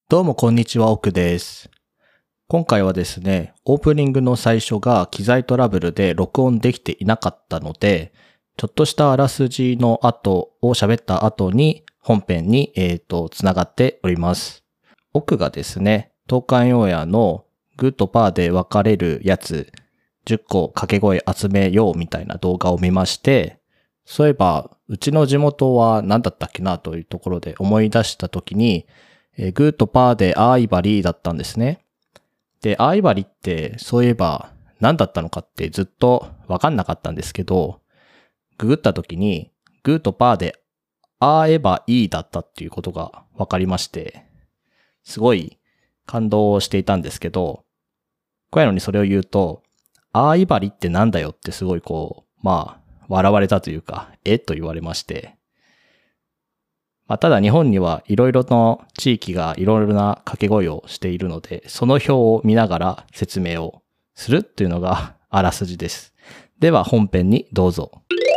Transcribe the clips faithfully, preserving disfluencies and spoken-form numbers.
どうもこんにちは、奥です。今回はですね、オープニングの最初が機材トラブルで録音できていなかったので、ちょっとしたあらすじの後を喋った後に本編に、えっと、つながっております。奥がですね、東海オンエアのグーとパーで分かれるやつじゅっこ掛け声集めようみたいな動画を見まして、そういえば、うちの地元は何だったっけなというところで思い出したときに、えーグーとパーでアーイバリーだったんですね。で、アーイバリって、そういえば何だったのかってずっとわかんなかったんですけど、ググった時に、グーとパーであーえばいいだったっていうことがわかりまして、すごい感動していたんですけど、こういうのにそれを言うと、アーイバリってなんだよってすごいこう、まあ、笑われたというか、えと言われまして、まあ、ただ日本にはいろいろな地域がいろいろな掛け声をしているので、その表を見ながら説明をするっていうのがあらすじです。では本編にどうぞ。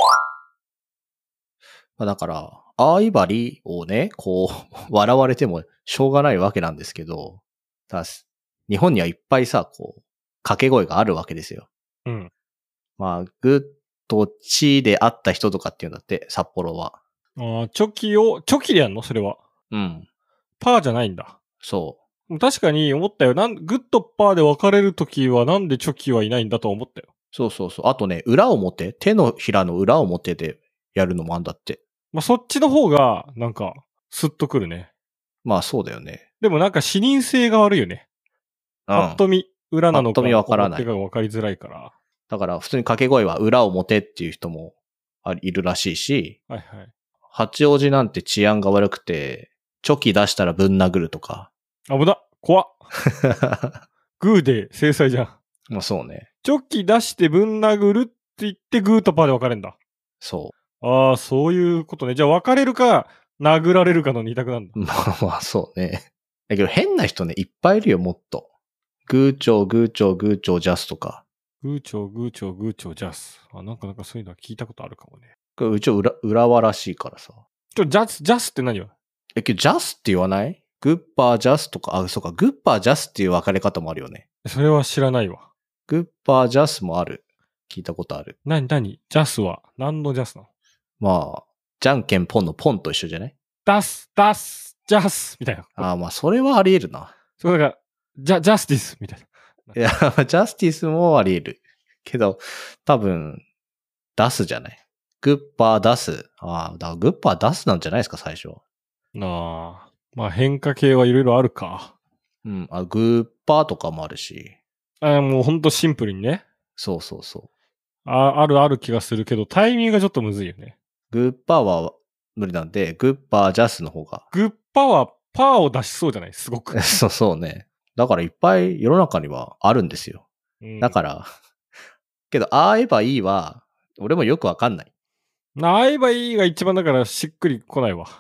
まあ、だから、あーいばりをね、こう、笑われてもしょうがないわけなんですけど、ただ日本にはいっぱいさ、こう、掛け声があるわけですよ。 うん。 まあ、グとチで会った人とかっていうんだって、札幌は。 ああ、チョキを、チョキでやんのそれは。 うん。 パーじゃないんだ。 そ確かに思ったよ。なん、グッとパーで分かれるときはなんでチョキはいないんだと思ったよ。 う。そうそうそう。あとね、裏表、手のひらの裏表でやるのもあんだって。 まあ、そっちの方が、なんか、スッとくるね。 まあそうだよね。 でもなんか視認性が悪いよね。 うん。 パッと見、裏なのか、 パッと見わからない表か分かりづらいから。 だから普通に掛け声は裏表っていう人もあいるらしいし、 はいはい。 八王子なんて治安が悪くて、チョキ出したらぶん殴るとか。 危な。怖っ。グーで制裁じゃん。 まあそうね。 チョキ出してぶん殴るって言ってグーとパーで分かれんだ。 そああ、そういうことね。じゃあ分かれるか、殴られるかの二択なんだ。 う。まあまあそうね。だけど変な人ね、いっぱいいるよ、もっと。グーチョー、グーチョー、グーチョー、ジャスとか。 グーチョー、グーチョー、グーチョー、ジャス。あ、なんかなんかそういうのは聞いたことあるかもね。 これうち裏、浦和らしいからさ。 ちょ、ジャス、ジャスって何よ？ え、けどジャスって言わない？グッパー、ジャスとか、あ、そうか、グッパー、ジャスっていう分かれ方もあるよね。 それは知らないわ。 グッパー、ジャスもある。聞いたことある。 なになにジャスは何のジャスなの？ まあ、じゃんけんポンのポンと一緒じゃない？ ダス、ダス、ジャスみたいな。 ああ、まあ、それはあり得るな。 そうだから、ジャ、ジャスティスみたいな。 いや、ジャスティスもあり得る。けど、多分、出すじゃない。グッパー出す。ああ、だからグッパー出すなんじゃないですか、最初は。 なあ。まあ変化系はいろいろあるか。 うん。あ、グッパーとかもあるし。 あもうほんとシンプルにね。 そうそうそあ、あるある気がするけど、タイミングがちょっとむずいよね。 う。グッパーは無理なんで、グッパー、ジャスの方が。 グッパはパーを出しそうじゃないすごく。 そうそうね。だからいっぱい世の中にはあるんですよ。 うん、 だから、けど、ああえばいいは、俺もよくわかんない。 会えばいいが一番だからしっくりこないわ。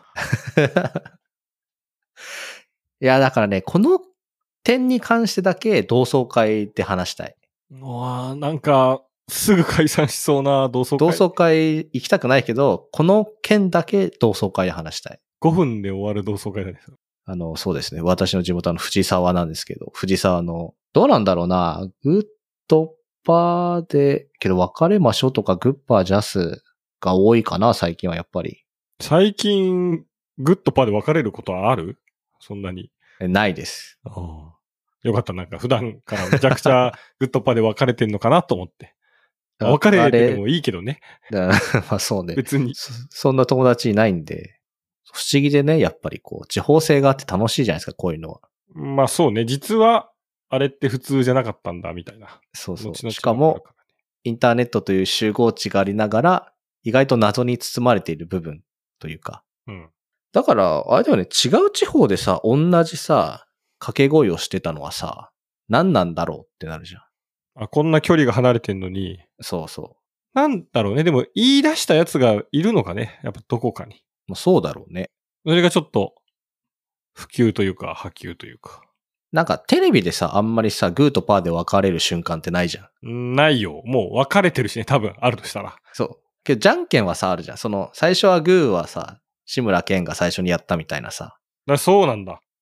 いや、だからね、この点に関してだけ同窓会で話したい。 うわーなんか、すぐ解散しそうな同窓会。 同窓会行きたくないけど、この件だけ同窓会で話したい。 ごふんで終わる同窓会だね。 あの、そうですね。私の地元の藤沢なんですけど、藤沢の、どうなんだろうな、グッドパーで、けど別れましょうとかグッパージャスが多いかな、最近はやっぱり。 最近、グッとパーで別れることはある？そんなに。 えないです。 ああよかった。なんか普段からめちゃくちゃグッドパーで別れてんのかなと思って。まあ別れててもいいけどね。 だまあそうね。 別に。 そ。そんな友達いないんで、不思議でね、やっぱりこう、地方性があって楽しいじゃないですか、こういうのは。 まあそうね。実は、あれって普通じゃなかったんだ、みたいな。 そうそう。 後々 しかも、インターネットという集合値がありながら、意外と謎に包まれている部分というか。 うん。 だから、あれだよね、違う地方でさ、同じさ、掛け声をしてたのはさ、何なんだろうってなるじゃん。 あ、こんな距離が離れてんのに。 そうそなんだろうね。でも言い出したやつがいるのかね。やっぱどこかに。 う。もうそうだろうね。 それがちょっと、普及というか、波及というか。 なんかテレビでさ、あんまりさ、グーとパーで分かれる瞬間ってないじゃん。 ないよ。もう分かれてるしね。多分、あるとしたら。 そう。けど、じゃんけんはさ、あるじゃん。その、最初はグーはさ、志村けんが最初にやったみたいなさ。 だそうなんだ。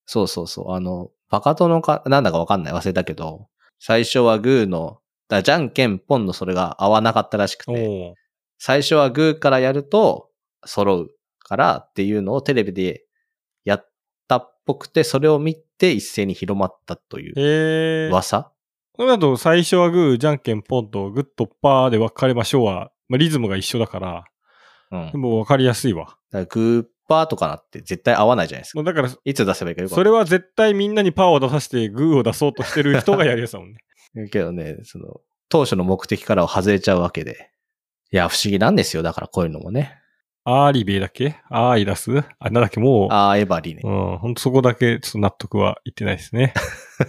そうそうそう。あの、バカ殿か、なんだかわかんない。忘れたけど、最初はグーの、だじゃんけんぽんのそれが合わなかったらしくて、最初はグーからやると揃うからっていうのをテレビでやったっぽくて、それを見て一斉に広まったという噂。 それだと最初はグー、じゃんけんぽんとグッとパーで分かれましょうは、まあ、リズムが一緒だから、うん、でも分かりやすいわ。 だからグーパーとかなって絶対合わないじゃないですか。 もうだから、 いつ出せばいいかよくわかんない。 それは絶対みんなにパーを出させてグーを出そうとしてる人がやるやつだもんね。 けどね、その、当初の目的からは外れちゃうわけで。いや、不思議なんですよ。だからこういうのもね。 アーリベだっけアーイダスあ、なんだっけもう。 あーエバリね。 うん、ほんとそこだけちょっと納得はいってないですね。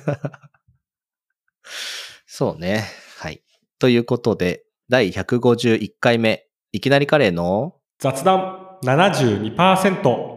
そうね。はい。ということで、だいひゃくごじゅういっかいめ、いきなりカレーの雑談 ななじゅうにパーセント。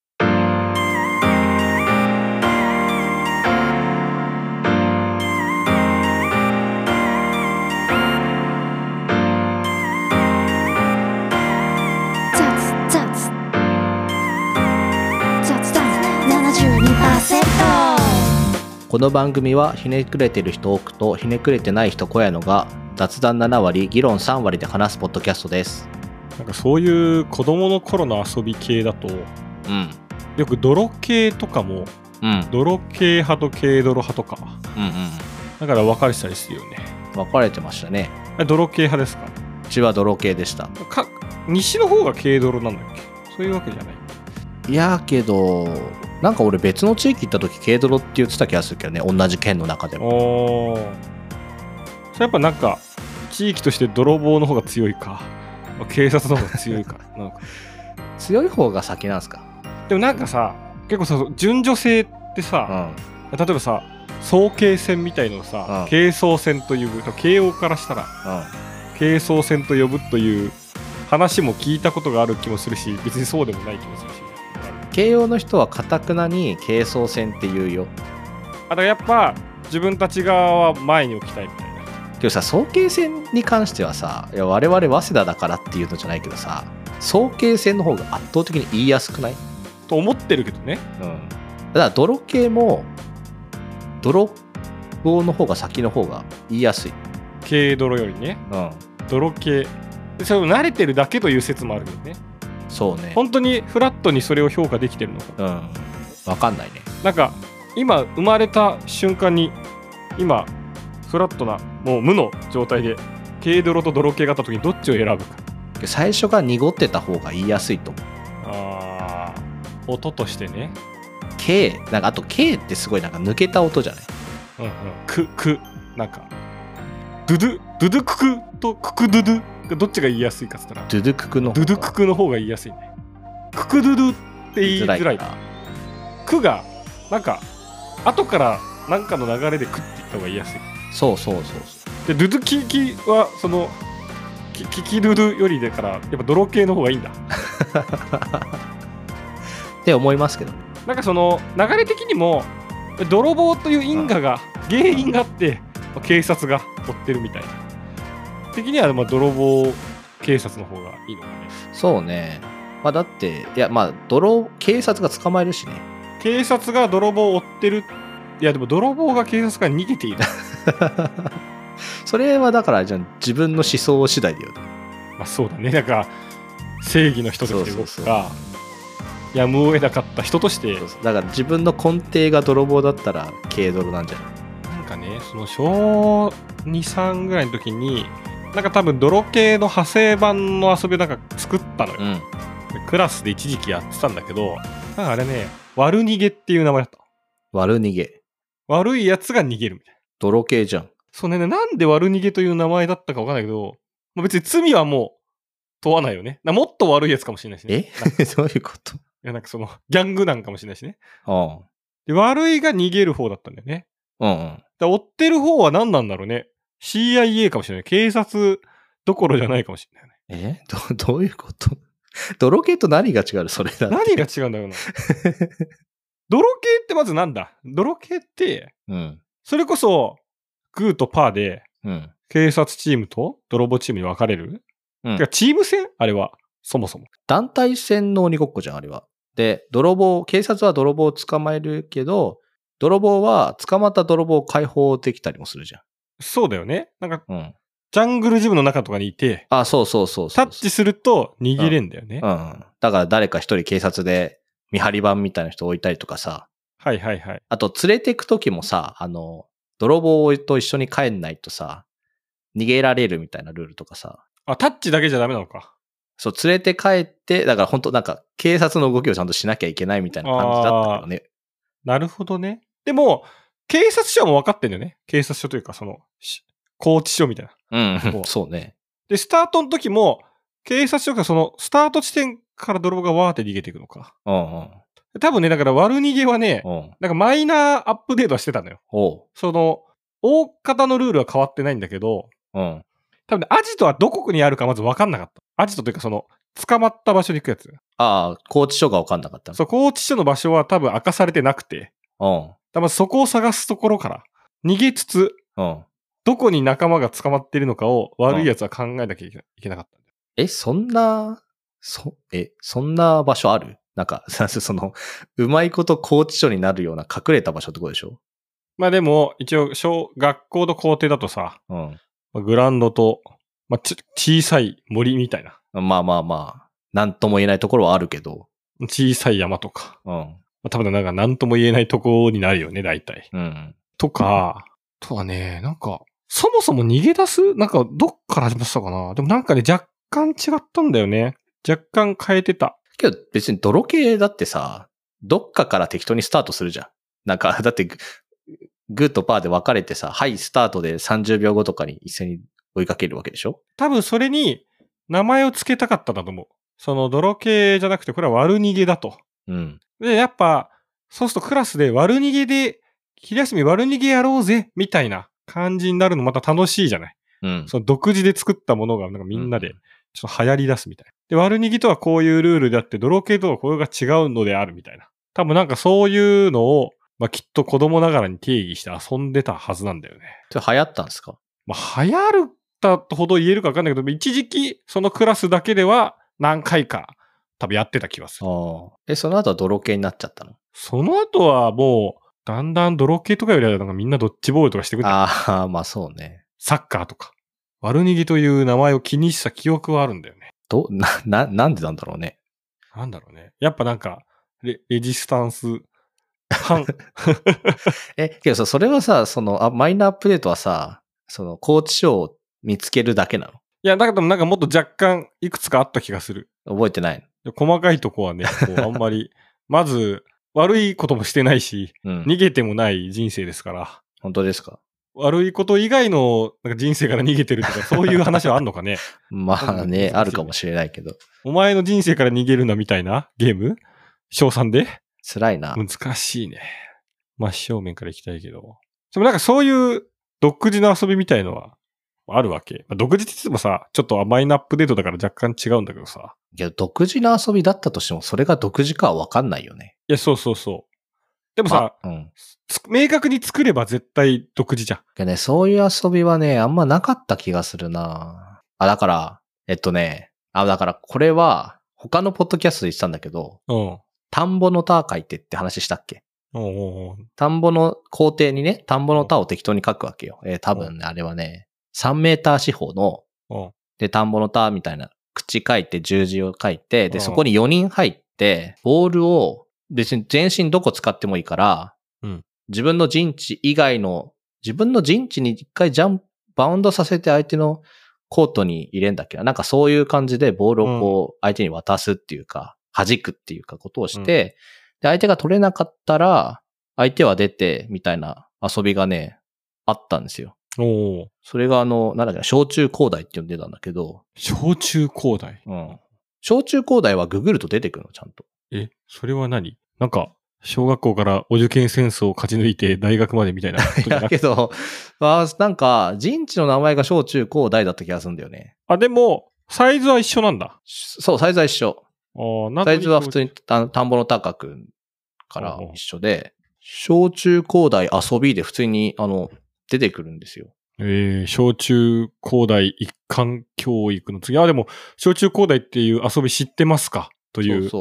この番組はひねくれてる人多くとひねくれてない人小屋のが雑談ななわり議論さんわりで話すポッドキャストです。 なんかそういう子供の頃の遊び系だと、うん、よく泥系とかも、うん、泥系派と軽泥派とか、うんうん、だから分かれてたりするよね。 分かれてましたね。 泥系派ですか？ うちは泥系でした。 か西の方が軽泥なんだっけ？そういうわけじゃない。 いやけどなんか俺別の地域行った時軽泥って言ってた気がするけどね、同じ県の中でも。 おー、それやっぱなんか地域として泥棒の方が強いか警察の方が強いかなんか強い方が先なんすか？ でもなんかさ、結構さ順序性ってさ、うん、例えばさ早慶戦みたいのをさ、うん、慶早戦と呼ぶと慶応からしたら、うん、慶早戦と呼ぶという話も聞いたことがある気もするし、別にそうでもない気もするし、 慶応の人は堅くなに慶早戦って言うよ。 あ、だからやっぱ自分たち側は前に置きたいみたいな。 けどさ、早慶戦に関してはさ、いや我々早稲田だからっていうのじゃないけどさ、早慶戦の方が圧倒的に言いやすくない？ と思ってるけどね。うん。 だから泥系も泥棒の方が先の方が言いやすい。 軽泥よりね。うん。泥系。それ慣れてるだけという説もあるけどね。 そうね。 本当にフラットにそれを評価できてるのか。 うん。わかんないね。 なんか今生まれた瞬間に今フラットなもう無の状態で軽泥と泥系があった時にどっちを選ぶか。 最初が濁ってた方が言いやすいと思う。 ああ、音としてね。 K なんかあと K ってすごいなんか抜けた音じゃない？ うんうん。くくなんかドゥドゥドゥドゥククとククドゥドゥどっちが言いやすいかっつったらドゥドゥククのドゥドゥククの方が言いやすいね。ククドゥドゥって言いづらいな。クがなんか後からなんかの流れでクって言った方が言いやすい。 そうそうそうそうでドゥドゥキキはそのキキキドゥドゥよりだからやっぱ泥系の方がいいんだって思いますけど、 なんかその流れ的にも泥棒という因果が、うん、原因があって警察が追ってるみたいな的にはまあ泥棒警察の方がいいのかね。 そうね。まあだっていやまあ泥警察が捕まえるしね。 警察が泥棒を追ってる。いやでも泥棒が警察から逃げているそれはだからじゃあ自分の思想次第だよね。 まあそうだね。なんか正義の人として動くかやむを得なかった人として。 そうそうだから自分の根底が泥棒だったら軽泥なんじゃない？ なんかね、その小に、さんぐらいの時になんか多分泥系の派生版の遊びをなんか作ったのよ、うん、クラスで一時期やってたんだけど、なんかあれね、悪逃げっていう名前だった。 悪逃げ。 悪いやつが逃げるみたいな。 泥系じゃん。 そうね、なんで悪逃げという名前だったかわかんないけど、まあ、別に罪はもう問わないよね。もっと悪いやつかもしれないしね。 えどういうこと？いやなんかそのギャングなんかもしれないしね。 ああ。 で悪いが逃げる方だったんだよね。 うんうん。 だ追ってる方は何なんだろうね。シーアイエー かもしれない。警察どころじゃないかもしれないね。えど、どういうこと？泥系と何が違うそれだって。 何が違うんだろうな。泥系ってまずなんだ？泥系って、うん、それこそグーとパーで、うん、警察チームと泥棒チームに分かれる、うん、てかチーム戦あれはそもそも団体戦の鬼ごっこじゃんあれは。 で、泥棒、警察は泥棒を捕まえるけど、泥棒は捕まった泥棒を解放できたりもするじゃん。 そうだよね。なんか、 うん。 ジャングルジムの中とかにいて、 あ、そうそうそうそう。 タッチすると逃げれんだよね。 うん。うん、だから誰か一人警察で見張り番みたいな人置いたりとかさ。 はいはいはい。 あと、連れてくときもさ、あの、泥棒と一緒に帰んないとさ、逃げられるみたいなルールとかさ。 あ、タッチだけじゃダメなのか。 そう、連れて帰って、だから本当なんか、警察の動きをちゃんとしなきゃいけないみたいな感じだったけどね。 なるほどね。でも、警察署はもう分かってんだよね。警察署というか、その、拘置所みたいな。うん、そうね。 で、スタートの時も、警察署がその、スタート地点から泥棒がわーって逃げていくのか。 うんうん。 多分ね、だから悪逃げはね、 うん、 なんかマイナーアップデートはしてたのよ。 おその、大方のルールは変わってないんだけど、 うん。 多分ね、アジトはどこにあるかまず分かんなかった。アジトというかその、捕まった場所に行くやつ。 ああ、拘置所が分かんなかったの。 そう、拘置所の場所は多分明かされてなくて、 うん。 多分そこを探すところから、逃げつつ、 うん。 どこに仲間が捕まっているのかを悪い奴は考えなきゃいけなかったんだよ。 え、そんな、そ、え、そんな場所ある？なんか、その、うまいこと拘置所になるような隠れた場所ってことでしょ？ まあでも、一応、小、学校と校庭だとさ、 うん。 まあ、グラウンドと、まあ、ち、小さい森みたいな。 まあまあまあ、なんとも言えないところはあるけど。 小さい山とか。 うん。まあ、多分なんかなんとも言えないとこになるよね、大体。 うん。 とか、とはね、なんか、そもそも逃げ出すなんか、どっから始まったかな。でもなんかね、若干違ったんだよね。若干変えてた。 けど別に泥系だってさ、どっかから適当にスタートするじゃん。なんか、だって、グーとパーで分かれてさ、はい、スタートでさんじゅうびょうごとかに一斉に追いかけるわけでしょ？ 多分それに名前を付けたかったんだと思う。その泥系じゃなくて、これは悪逃げだと。 うん。 で、やっぱ、そうするとクラスで悪逃げで、昼休み悪逃げやろうぜ、みたいな感じになるのまた楽しいじゃない。 うん。 その独自で作ったものがなんかみんなでちょっと流行り出すみたいな。で、悪逃げとはこういうルールであって、泥系とはこれが違うのであるみたいな。多分なんかそういうのを、まあ、きっと子供ながらに定義して遊んでたはずなんだよね。 それ流行ったんですか？ まあ、流行るたほど言えるか分かんないけど、一時期そのクラスだけでは何回か多分やってた気がする。 ああ。え、その後は泥系になっちゃったの？ その後はもう、だんだん泥系とかよりはなんかみんなドッジボールとかしてくる。 ああ、まあそうね。 サッカーとか。悪逃げという名前を気にした記憶はあるんだよね。 ど、な、な、なんでなんだろうね。 なんだろうね。やっぱなんか、レ、レジスタンス、反。 え、けどさ、それはさ、その、あ、マイナーアップデートはさ、その、拘置所を見つけるだけなの？ いや、だけどなんかもっと若干いくつかあった気がする。 覚えてないの？細かいとこはね、こうあんまり、まず、悪いこともしてないし、うん、逃げてもない人生ですから。 本当ですか？ 悪いこと以外のなんか人生から逃げてるとか、そういう話はあんのかね。 まあね、あるかもしれないけど。 お前の人生から逃げるなみたいなゲーム小さんで辛いな。 難しいね。真正面から行きたいけど。でもなんかそういう独自の遊びみたいのはあるわけ。まあ、独自って言ってもさ、ちょっとマイナーアップデートだから若干違うんだけどさ。 いや、独自の遊びだったとしても、それが独自かはわかんないよね。 いや、そうそうそう。でもさ、うん、明確に作れば絶対独自じゃん。いやね、そういう遊びはね、あんまなかった気がするな。あ、だから、えっとね、あ、だからこれは、他のポッドキャストで言ってたんだけど、うん、田んぼの田書いてって話したっけ？うんうんうん、田んぼの工程にね、田んぼの田を適当に書くわけよ。えー、多分ね、あれはね、さんメーター四方の、うん、で、田んぼの田みたいな口書いて十字を書いて、で、そこによにん入って、ボールを、別に全身どこ使ってもいいから、うん、自分の陣地以外の、自分の陣地に一回ジャンプ、バウンドさせて相手のコートに入れんだっけな。なんかそういう感じでボールをこう相手に渡すっていうか、弾くっていうかことをして、うん、で、相手が取れなかったら、相手は出てみたいな遊びがね、あったんですよ。おそれがあの、なんだっけな、小中高大って呼んでたんだけど。 小中高大うん。小中高大はググると出てくるの、ちゃんと。 え、それは何？なんか、小学校からお受験戦争を勝ち抜いて大学までみたいな。 いやけど、あ、なんか、陣地の名前が小中高大だった気がするんだよね。 あ、でも、サイズは一緒なんだ。 そう、サイズは一緒。 あなサイズは普通に田んぼの高くから一緒で、小中高大遊びで普通に、あの、出てくるんですよ。 えー、小中高大一貫教育の次。あ、でも、小中高大っていう遊び知ってますかという。 そうそう。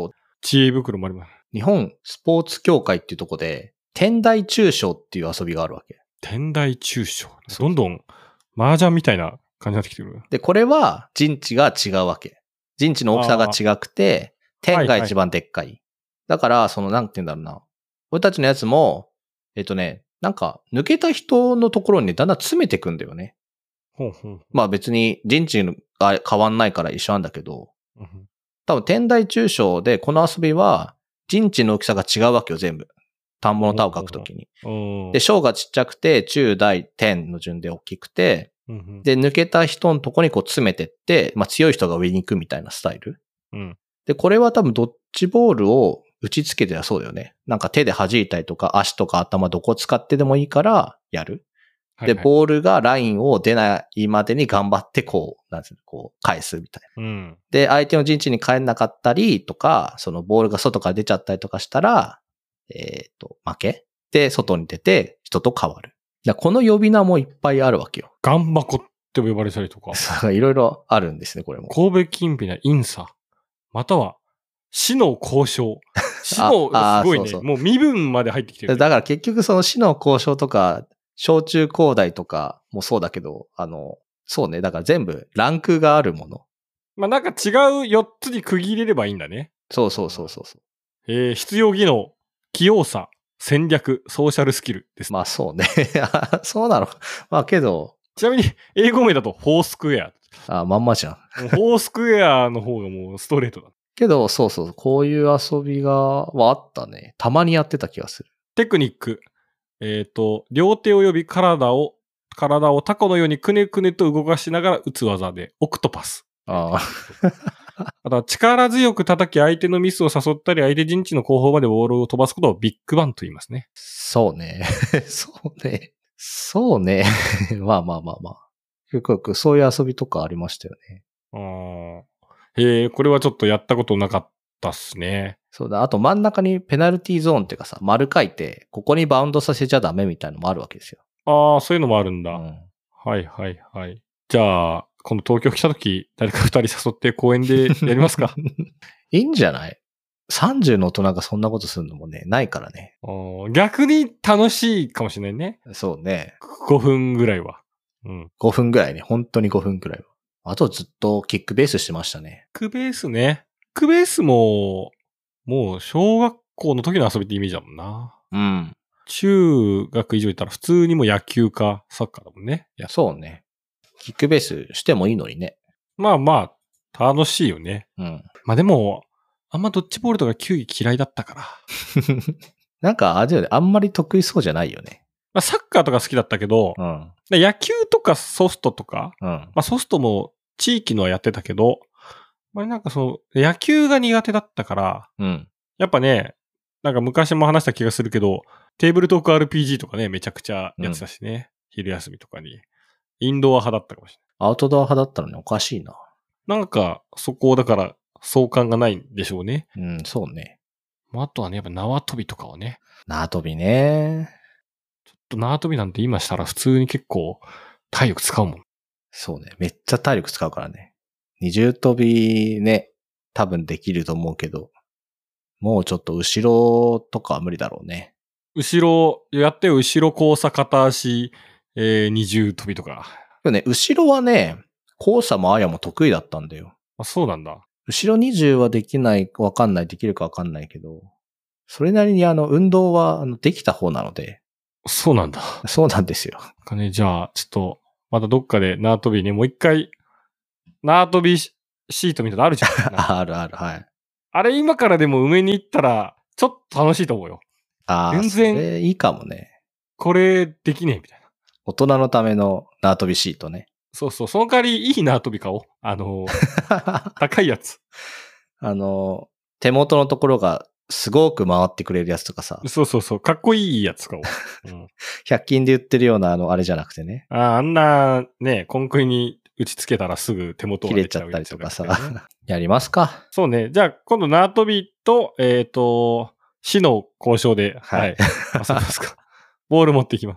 知恵袋もあります。 日本スポーツ協会っていうとこで、天台中将っていう遊びがあるわけ。 天台中将。どんどん麻雀みたいな感じになってきてる。 で、これは陣地が違うわけ。陣地の大きさが違くて、天が一番でっかい。はいはい、だから、その、なんて言うんだろうな。俺たちのやつも、えっとね、なんか、抜けた人のところにだんだん詰めてくんだよね。 ほうほう。 まあ別に陣地が変わんないから一緒なんだけど、 うん、 多分天台中将でこの遊びは陣地の大きさが違うわけよ、全部。田んぼの田を書くときに。で、小がちっちゃくて、中大天の順で大きくて、 うん、 で、抜けた人のとこにこう詰めてって、まあ強い人が上に行くみたいなスタイル。 うん、で、 これは多分ドッジボールを打ちつけてはそうだよね。なんか手で弾いたりとか足とか頭どこ使ってでもいいからやる。で、はいはい、ボールがラインを出ないまでに頑張ってこう、なんていうの、こう返すみたいな。 うん、で、 相手の陣地に帰んなかったりとか、そのボールが外から出ちゃったりとかしたら、えっと、負けで、外に出て人と変わる。この呼び名もいっぱいあるわけよ。 ガンバコって呼ばれたりとか。 いろいろあるんですね、これも。 神戸近辺なインサ。または、死の交渉。死の、すごいね。そうそうもう身分まで入ってきてる。 だから結局その死の交渉とか、小中高大とかもそうだけど、あの、そうね。だから全部ランクがあるもの。 まあなんか違うよっつに区切れればいいんだね。 そうそうそうそう。 えー、必要技能、器用さ、戦略、ソーシャルスキルです。 まあそうね。そうなの。まあけど。 ちなみに英語名だとフォースクエア。 あ、まんまじゃん。 フォースクエアの方がもうストレートだ。 けど、そうそう、こういう遊びが、はあったね。たまにやってた気がする。 テクニック。えっと、両手及び体を、体をタコのようにくねくねと動かしながら打つ技で、オクトパス。 ああ。あとは力強く叩き相手のミスを誘ったり、相手陣地の後方までボールを飛ばすことをビッグバンと言いますね。 そうね。そうね。そうね。まあまあまあまあ。よくよくそういう遊びとかありましたよね。 ああ。へえ、これはちょっとやったことなかったっすね。 そうだ。あと真ん中にペナルティーゾーンっていうかさ、丸書いて、ここにバウンドさせちゃダメみたいなのもあるわけですよ。 ああ、そういうのもあるんだ。 うん、 はいはいはい。じゃあ、今度東京来た時、誰か二人誘って公園でやりますか？ いいんじゃない？ さんじゅう の大人がそんなことするのもね、ないからね。 逆に楽しいかもしれないね。 そうね。 ごふんぐらいは。うん。 ごふんぐらいね。本当にごふんぐらいは。あとずっとキックベースしてましたね。 キックベースね。キックベースも、もう小学校の時の遊びってイメージだもんな。 うん。 中学以上いったら普通にも野球かサッカーだもんね。 そうね。キックベースしてもいいのにね。 まあまあ、楽しいよね。 うん。 まあでも、あんまドッジボールとか球技嫌いだったから。 なんかあれだよね。あんまり得意そうじゃないよね。 まあ、サッカーとか好きだったけど、 うん、 野球とかソフトとか、 うん、 まあソフトも地域のはやってたけど、まあなんかその、野球が苦手だったから、 うん、 やっぱね、なんか昔も話した気がするけど、テーブルトーク アールピージー とかね、めちゃくちゃやってたしね、うん、昼休みとかに。インドア派だったかもしれない。 アウトドア派だったのにおかしいな。 なんか、そこだから、相関がないんでしょうね。 うん、そうね。 あとはね、やっぱ縄跳びとかはね。 縄跳びね。 ちょっと縄跳びなんて今したら普通に結構体力使うもん。 そうね。めっちゃ体力使うからね。二重跳びね、多分できると思うけど、もうちょっと後ろとかは無理だろうね。 後ろ、やってよ、後ろ交差片足、えー、二重跳びとか。 でもね、後ろはね、交差もあやも得意だったんだよ。 あ、そうなんだ。 後ろ二重はできない、わかんない、できるかわかんないけど、それなりにあの、運動はあのできた方なので。 そうなんだ。 そうなんですよ。 かね、じゃあ、ちょっと、またどっかで縄跳びね、もう一回、縄跳びシートみたいなのあるじゃん。 あるある、はい。 あれ今からでも埋めに行ったら、ちょっと楽しいと思うよ。 ああ、全然。それいいかもね。 これできねえみたいな。 大人のための縄跳びシートね。 そうそう。その代わりいい縄跳び買おう。あのー、高いやつ。 あのー、手元のところがすごく回ってくれるやつとかさ。 そうそうそう。かっこいいやつ買おう。うん、 ひゃく均で売ってるようなあの、あれじゃなくてね。 ああ、あんなね、コンクリに打ち付けたらすぐ手元が切れちゃったりとかさ。やりますか。 そうね。じゃあ、今度縄跳びと、えっ、ー、と、市の交渉で、はい。はい、あ、そうですか。ボール持ってきます。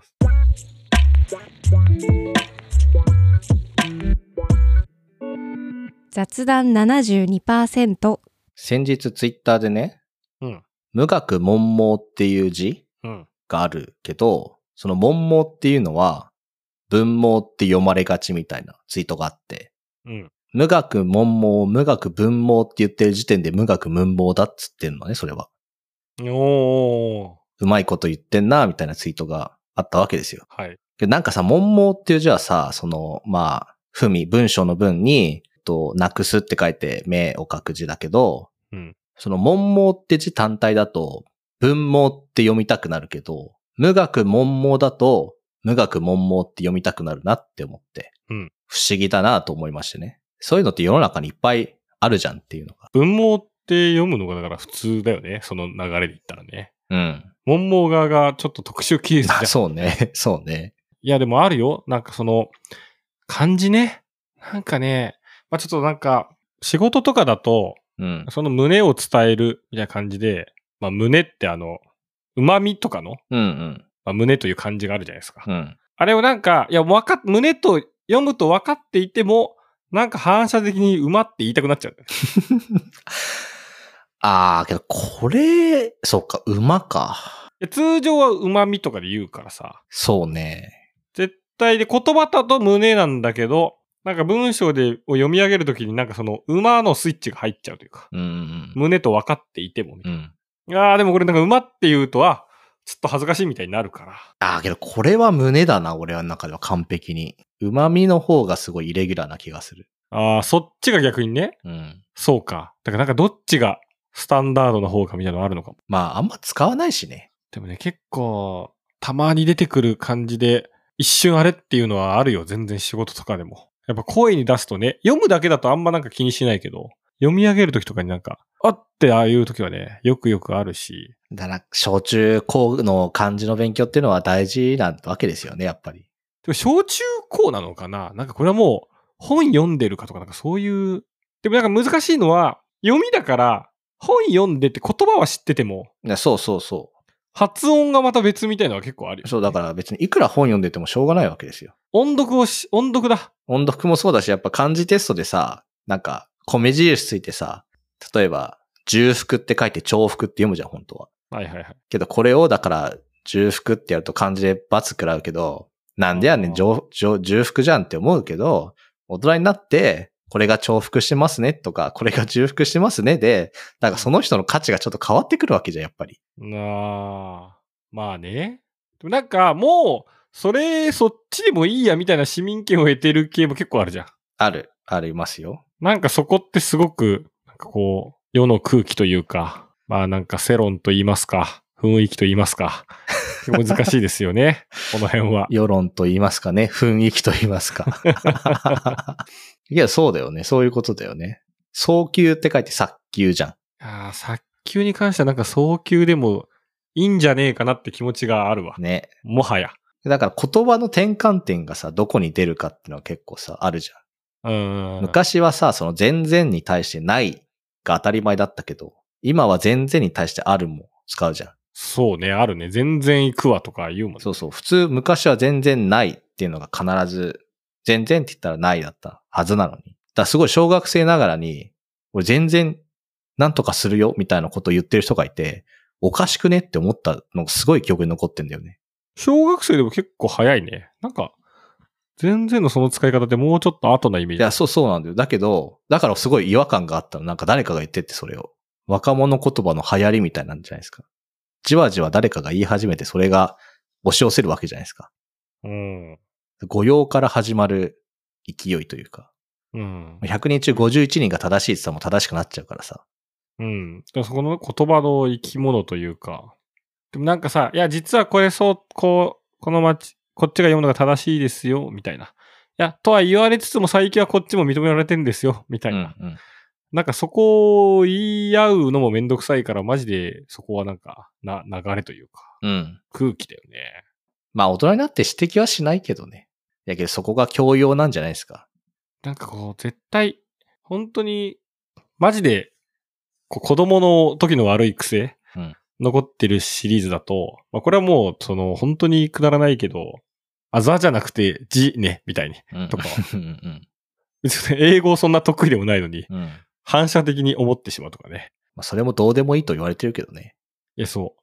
雑談 ななじゅうにパーセント先日ツイッターでね、 うん。 無学文盲っていう字うん。 があるけど、その文盲っていうのは、文盲って読まれがちみたいなツイートがあって、 うん。 無学文盲、無学文盲って言ってる時点で無学文盲だっつってんのね、それは。 おー。 うまいこと言ってんな、みたいなツイートがあったわけですよ。 はい。 なんかさ、文盲っていう字はさ、その、まあ、文、文章の文に、と、なくすって書いて、目を書く字だけど、 うん。 その文盲って字単体だと、文盲って読みたくなるけど、無学文盲だと、無学文盲って読みたくなるなって思って、 うん。 不思議だなと思いましてね。そういうのって世の中にいっぱいあるじゃんっていうのが。 文盲って読むのがだから普通だよね。その流れで言ったらね。 うん。 文盲側がちょっと特殊ケースじゃん。 そうね。そうね。 いや、でもあるよ。なんかその、漢字ね。なんかね、まあちょっとなんか、仕事とかだと、 うん。 その胸を伝えるみたいな感じで、まあ胸ってあの、旨味とかの、 うんうん。 まあ、胸という漢字があるじゃないですか。 うん。 あれをなんか、いや、わかっ、胸と読むと分かっていても、なんか反射的に馬って言いたくなっちゃう。 ああ、けどこれ、そうか、馬か。 いや通常は旨味とかで言うからさ。 そうね。 絶対で言葉だと胸なんだけど、なんか文章でを読み上げるときになんかその馬のスイッチが入っちゃうというか。 うん。 胸と分かっていてもみたいな。 うん。 いやーでもこれなんか馬って言うとは、ちょっと恥ずかしいみたいになるから。 ああ、けどこれは胸だな、俺の中では完璧に。旨味の方がすごいイレギュラーな気がする。 ああ、そっちが逆にね。 うん。 そうか。だからなんかどっちがスタンダードの方かみたいなのあるのかも。 まあ、あんま使わないしね。 でもね、結構、たまに出てくる感じで、一瞬あれっていうのはあるよ。全然仕事とかでも。やっぱ声に出すとね、読むだけだとあんまなんか気にしないけど、読み上げるときとかになんか、あってああいうときはね、よくよくあるし。 だから、小中高の漢字の勉強っていうのは大事なわけですよね、やっぱり。 でも小中高なのかななんかこれはもう、本読んでるかとかなんかそういう、でもなんか難しいのは、読みだから、本読んでて言葉は知ってても、 いやそうそうそう。 発音がまた別みたいなのは結構あるよ、ね。 そう、だから別にいくら本読んでてもしょうがないわけですよ。 音読をし、音読だ。 音読もそうだし、やっぱ漢字テストでさ、なんか、米印ついてさ、例えば、重複って書いて重複って読むじゃん、本当は。 はいはいはい。 けどこれを、だから、重複ってやると漢字で罰食らうけど、なんでやねん、重重複じゃんって思うけど、大人になって、これが重複してますねとか、これが重複してますねで、なんかその人の価値がちょっと変わってくるわけじゃん、やっぱり。 なあ、まあね。でもなんかもう、それ、そっちでもいいやみたいな市民権を得てる系も結構あるじゃん。 ある、ありますよ。 なんかそこってすごく、なんかこう、世の空気というか、まあなんか世論と言いますか、雰囲気と言いますか、難しいですよね、この辺は。 世論と言いますかね、雰囲気と言いますか。いや、そうだよね、そういうことだよね。早急って書いて早急じゃん。 ああ、早急に関してはなんか早急でもいいんじゃねえかなって気持ちがあるわ。 ね。 もはや。 だから言葉の転換点がさ、どこに出るかっていうのは結構さ、あるじゃん。 うん。 昔はさ、その全然に対してないが当たり前だったけど、今は全然に対してあるも使うじゃん。 そうね、あるね。全然行くわとか言うもんね。 そうそう。普通、昔は全然ないっていうのが必ず、全然って言ったらないだったはずなのに。だからすごい小学生ながらに、俺全然なんとかするよみたいなことを言ってる人がいて、おかしくねって思ったのがすごい記憶に残ってんだよね。 小学生でも結構早いね。なんか、全然のその使い方ってもうちょっと後なイメージ。 いや、そうそうなんだよ。だけど、だからすごい違和感があったの。なんか誰かが言ってってそれを。若者言葉の流行りみたいなんじゃないですか。じわじわ誰かが言い始めてそれが押し寄せるわけじゃないですか。 うん。 語用から始まる勢いというか。 うん。 ひゃくにん中ごじゅういちにんが正しいって言ったらもう正しくなっちゃうからさ。 うん。でもそこの言葉の生き物というか。でもなんかさ、いや、実はこれそう、こう、この街、こっちが読むのが正しいですよ、みたいな。いや、とは言われつつも最近はこっちも認められてるんですよ、みたいな。 うんうん、 なんかそこを言い合うのもめんどくさいから、マジでそこはなんか、な、流れというか。 うん。 空気だよね。 まあ大人になって指摘はしないけどね。やけどそこが教養なんじゃないですか。 なんかこう、絶対、本当に、マジで、こう子供の時の悪い癖、 うん、 残ってるシリーズだと、まあこれはもう、その、本当にくだらないけど、あざじゃなくて、じね、みたいに、 うん、 とか。 うん、 別に英語そんな得意でもないのに、 うん、 反射的に思ってしまうとかね。 まあ、それもどうでもいいと言われてるけどね。 いや、そう。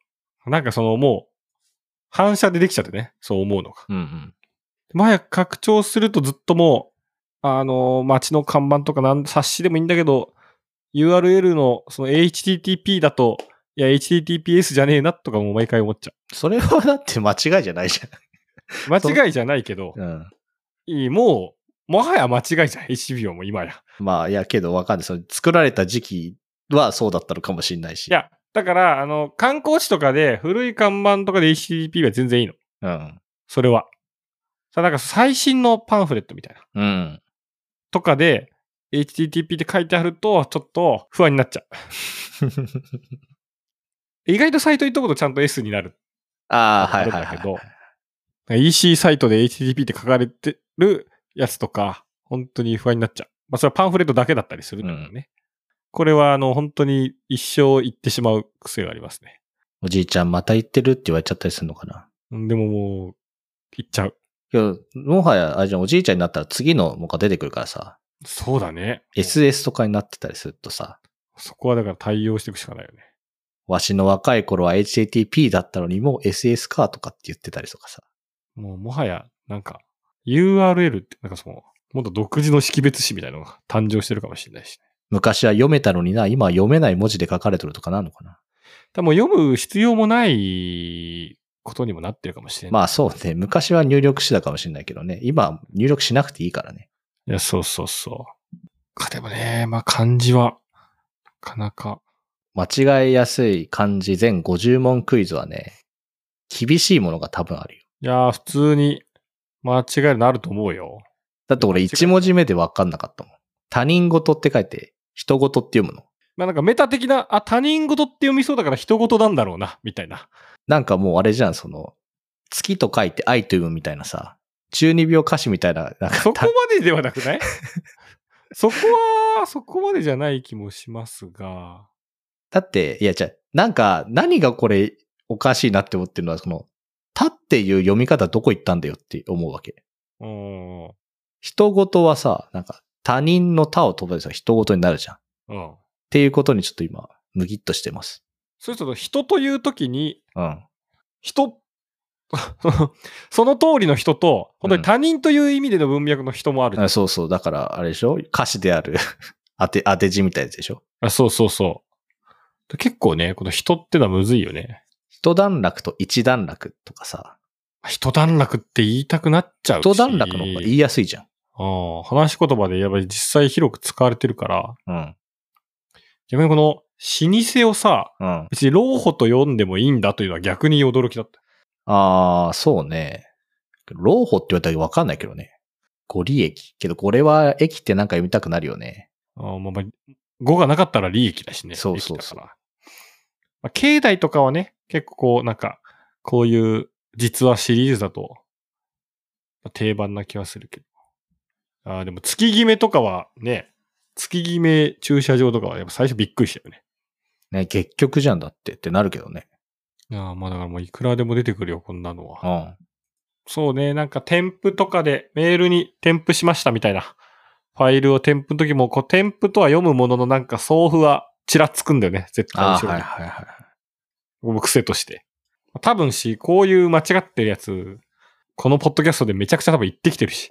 なんかそのもう、反射でできちゃってね、そう思うのが。 うんうん。 前拡張するとずっともう、あのー、街の看板とかなん冊子でもいいんだけど、ユーアールエル のその エイチティーティーピー だと、いや、エイチティーティーピーエス じゃねえなとかも毎回思っちゃう。それはだって間違いじゃないじゃん。 間違いじゃないけど、 うん、 いいもう、もはや間違いじゃん、エイチティーティーピー はもう今や。 まあ、いやけどわかんない。その作られた時期はそうだったのかもしれないし。 いや、だから、あの、観光地とかで古い看板とかで エイチティーティーピー は全然いいの。 うん。それは。さ、なんか最新のパンフレットみたいな。 うん。 とかで、エイチティーティーピー って書いてあると、ちょっと不安になっちゃう。意外とサイト行っとくとちゃんと S になる。 ああ、はいはいはい。 イーシー サイトで エイチティーティーピー って書かれてるやつとか、本当に不安になっちゃう。まあ、それはパンフレットだけだったりするんだけどね。うん、これは、あの、本当に一生言ってしまう癖がありますね。 おじいちゃんまた言ってるって言われちゃったりするのかな。 でももう、言っちゃう。 けど、もはや、あれじゃん、おじいちゃんになったら次のものが出てくるからさ。 そうだね。 エスエス とかになってたりするとさ。 そこはだから対応していくしかないよね。 わしの若い頃は エイチティーティーピー だったのにもう エスエス かとかって言ってたりとかさ。 もうもはや、なんか、ユーアールエル って、なんかその、もっと独自の識別詞みたいなのが誕生してるかもしれないしね。 昔は読めたのにな、今は読めない文字で書かれてるとかなのかな。 多分読む必要もないことにもなってるかもしれない。 まあそうね。昔は入力してたかもしれないけどね。今は入力しなくていいからね。 いや、そうそうそう。か、でもね、まあ漢字は、なかなか。 間違いやすい漢字全ごじゅう問クイズはね、厳しいものが多分あるよ。 いやー、普通に間違いになると思うよ。 だって俺いち文字目で分かんなかったもん。他人事って書いて、人事って読むの。 まあなんかメタ的な、あ、他人事って読みそうだから人事なんだろうな、みたいな。 なんかもうあれじゃん、その、月と書いて愛と読むみたいなさ、中二病歌詞みたいな。なんかそこまでではなくないそこは、そこまでじゃない気もしますが。 だって、いや、じゃなんか、何がこれおかしいなって思ってるのは、その、他っていう読み方どこ行ったんだよって思うわけ。 うん。 人事はさ、なんか、他人の他を飛ばすと人事になるじゃん。 うん。 っていうことにちょっと今、むぎっとしてます。 そうすると、人というときに、 うん。 人、その通りの人と、本当に他人という意味での文脈の人もある、 うん。そうそう。だから、あれでしょ歌詞である当て、当て字みたいなやつでしょ。 あ、そうそうそう。結構ね、この人ってのはむずいよね。 一段落と一段落とかさ。 一段落って言いたくなっちゃうし。 一段落の方が言いやすいじゃん。 ああ、話し言葉でやっぱり実際広く使われてるから。 うん。 逆にこの、老舗をさ、 うん、 別に老舗と読んでもいいんだというのは逆に驚きだった。 ああ、そうね。老舗って言われたらわかんないけどね。ご利益。けどこれは駅ってなんか読みたくなるよね。 ああ、まあまあ、語がなかったら利益だしね。 そうそうそう。 まあ、境内とかはね、結構こう、なんか、こういう実話シリーズだと、定番な気はするけど。ああ、でも月決めとかはね、月決め駐車場とかはやっぱ最初びっくりしたよね。 ね、結局じゃんだってってなるけどね。 いや、まあだからもういくらでも出てくるよ、こんなのは。 うん。 そうね、なんか添付とかでメールに添付しましたみたいな。ファイルを添付の時も、こう添付とは読むもののなんか送付はちらつくんだよね、絶対に。 あはいはいはい。 僕癖として。多分し、こういう間違ってるやつ、このポッドキャストでめちゃくちゃ多分言ってきてるし。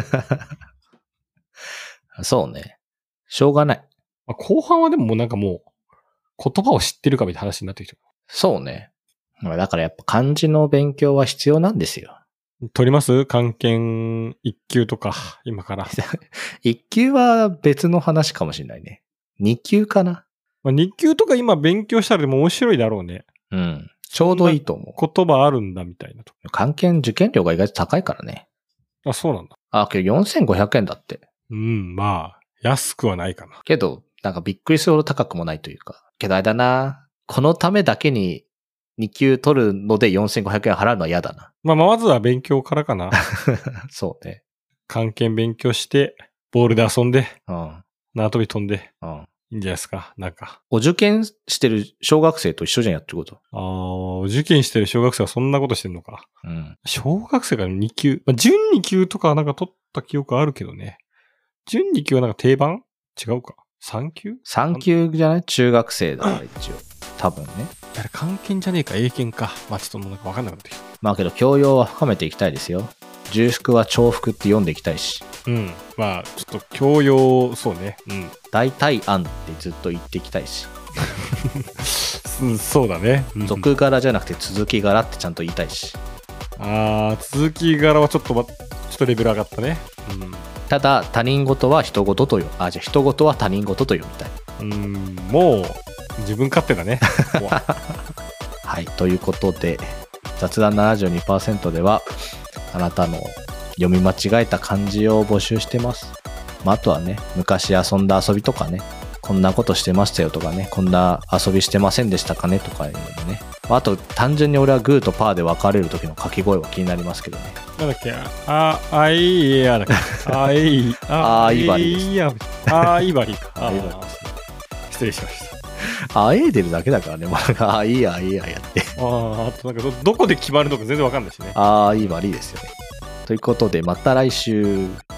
そうね。しょうがない。 まあ、後半はでももうなんかもう、言葉を知ってるかみたいな話になってきてる。 そうね。だからやっぱ漢字の勉強は必要なんですよ。 取ります漢検いっ級とか、今から。 いっ級は別の話かもしれないね。に級かな。 まあ、に級とか今勉強したらでも面白いだろうね。 うん。ちょうどいいと思う。言葉あるんだみたいなと。 漢検受験料が意外と高いからね。 あ、そうなんだ。 あ、けどよんせんごひゃくえんだって。 うん、まあ、安くはないかな。 けど、なんかびっくりするほど高くもないというか。けどあれだな。このためだけにに級取るのでよんせんごひゃくえん払うのは嫌だな。 まあ、まずは勉強からかな。 そうね。 漢検勉強して、ボールで遊んで、 うん、 縄跳び飛んで、 うん、 いいんじゃないですか、なんか。 お受験してる小学生と一緒じゃんやってること。 ああ、受験してる小学生はそんなことしてんのか。 うん。 小学生がに級、まあ、準に級とかはなんか取った記憶あるけどね。準に級はなんか定番違うか。 さん級さん 級じゃない？中学生だから一応。多分ね。 あれ、漢検じゃねえか、英検か。まあちょっともうなんかわかんなくなってきた。 まあけど教養は深めていきたいですよ。重複は重複って読んでいきたいし。 うん。まあちょっと教養、そうね。うん。 大体案ってずっと言っていきたいし。 うん、そうだね。 うん、続柄じゃなくて続き柄ってちゃんと言いたいし。 あー、続き柄はちょっと、ま、ちょっとレベル上がったね。うん。 ただ他人事は人事とよ。あ、じゃあ人事は他人事と読みたい。 うん、もう自分勝手だね。 はい、ということで雑談 ななじゅうにパーセント ではあなたの読み間違えた漢字を募集してます。まあ、あとはね、昔遊んだ遊びとかね、こんなことしてましたよとかね、こんな遊びしてませんでしたかねとかいうのね。あと単純に俺はグーとパーで分かれる時の掛け声は気になりますけどね。 なんだっけ、あ、あいやだっけ、あい、 あいばりです。 いや、あいばりか。 あいばりです。 失礼しました。 あえいでるだけだからね、まあ、あいいや、いいややって。 ああ、あとなんかど、どこで決まるのか全然わかんないしね。 あいばりですよね。ということで、また来週。